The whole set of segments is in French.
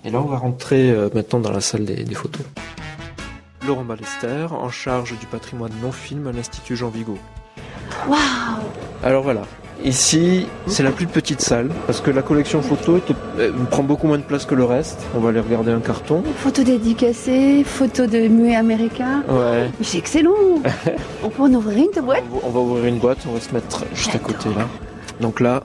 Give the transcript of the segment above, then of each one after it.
Et là, on va rentrer maintenant dans la salle des photos. Laurent Ballester, en charge du patrimoine non-film à l'Institut Jean Vigo. Waouh! Alors voilà, ici, c'est la plus petite salle, parce que la collection photo prend beaucoup moins de place que le reste. On va aller regarder un carton. Photos dédicacées, photos de muets américains. Ouais. Mais c'est excellent! On peut en ouvrir une boîte? On va ouvrir une boîte, on va se mettre juste à côté là. Donc là,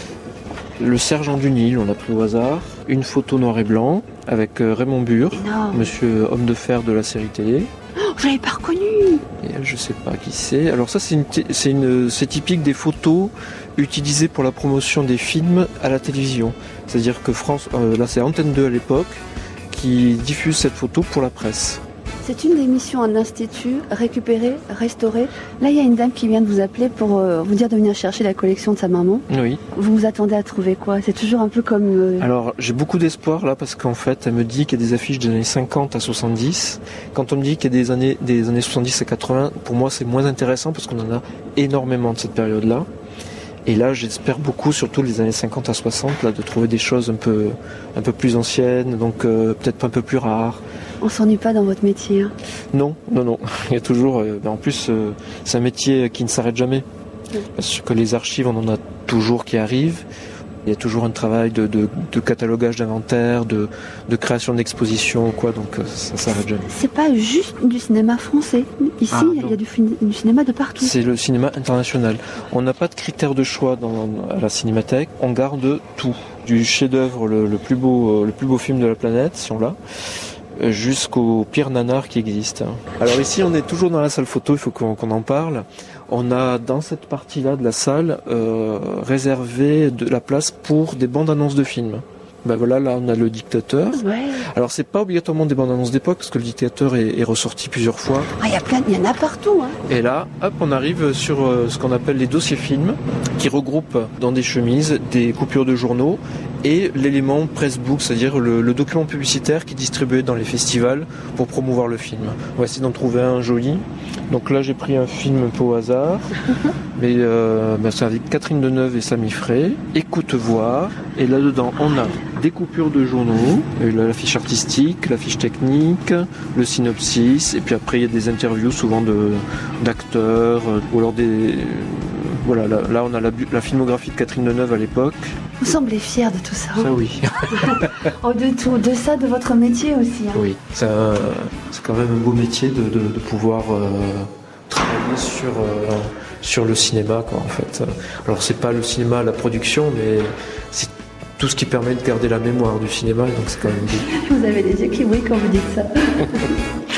le sergent du Nil, on l'a pris au hasard. Une photo noir et blanc avec Raymond Burr, énorme. Monsieur Homme de Fer de la série télé. Oh, je l'avais pas reconnu! Et elle, je sais pas qui c'est. Alors ça, c'est typique des photos utilisées pour la promotion des films à la télévision. C'est-à-dire que France, là c'est Antenne 2 à l'époque, qui diffuse cette photo pour la presse. C'est une des missions à l'Institut, récupérer, restaurer. Là, il y a une dame qui vient de vous appeler pour vous dire de venir chercher la collection de sa maman. Oui. Vous vous attendez à trouver quoi? C'est toujours un peu comme... Alors, j'ai beaucoup d'espoir là, parce qu'en fait, elle me dit qu'il y a des affiches des années 50 à 70. Quand on me dit qu'il y a des années 70 à 80, pour moi, c'est moins intéressant parce qu'on en a énormément de cette période-là. Et là, j'espère beaucoup, surtout les années 50 à 60, là, de trouver des choses un peu plus anciennes, donc peut-être un peu plus rares. On s'ennuie pas dans votre métier, hein? Non. Il y a toujours... en plus, c'est un métier qui ne s'arrête jamais. Parce que les archives, on en a toujours qui arrivent. Il y a toujours un travail de catalogage d'inventaire, de création d'exposition, quoi. Donc ça s'arrête jamais. C'est pas juste du cinéma français. Ici, il y a du cinéma de partout. C'est le cinéma international. On n'a pas de critères de choix à la Cinémathèque. On garde tout. Du chef-d'œuvre, le plus beau film de la planète, si on l'a, jusqu'au pire nanar qui existe. Alors ici, on est toujours dans la salle photo, il faut qu'on en parle. On a dans cette partie-là de la salle réservé de la place pour des bandes annonces de films. Ben voilà, là on a le Dictateur. Ouais. Alors c'est pas obligatoirement des bandes annonces d'époque parce que le Dictateur est ressorti plusieurs fois. Ah, il y en a partout, hein. Et là, hop, on arrive sur ce qu'on appelle les dossiers films, qui regroupent dans des chemises des coupures de journaux et l'élément pressbook, c'est-à-dire le document publicitaire qui est distribué dans les festivals pour promouvoir le film. On va essayer d'en trouver un joli. Donc là, j'ai pris un film un peu au hasard, mais c'est avec Catherine Deneuve et Samy Frey. Écoute voir, et là-dedans, on a des coupures de journaux, la fiche artistique, la fiche technique, le synopsis, et puis après il y a des interviews souvent d'acteurs, ou alors des... Voilà, là on a la filmographie de Catherine Deneuve à l'époque. Vous semblez fier de tout ça. Ça oui. Oh, de ça, de votre métier aussi, hein. Oui, c'est quand même un beau métier de pouvoir travailler sur le cinéma, quoi, en fait. Alors c'est pas le cinéma, la production, mais c'est tout ce qui permet de garder la mémoire du cinéma, donc c'est quand même beau. Vous avez des yeux qui brillent quand vous dites ça.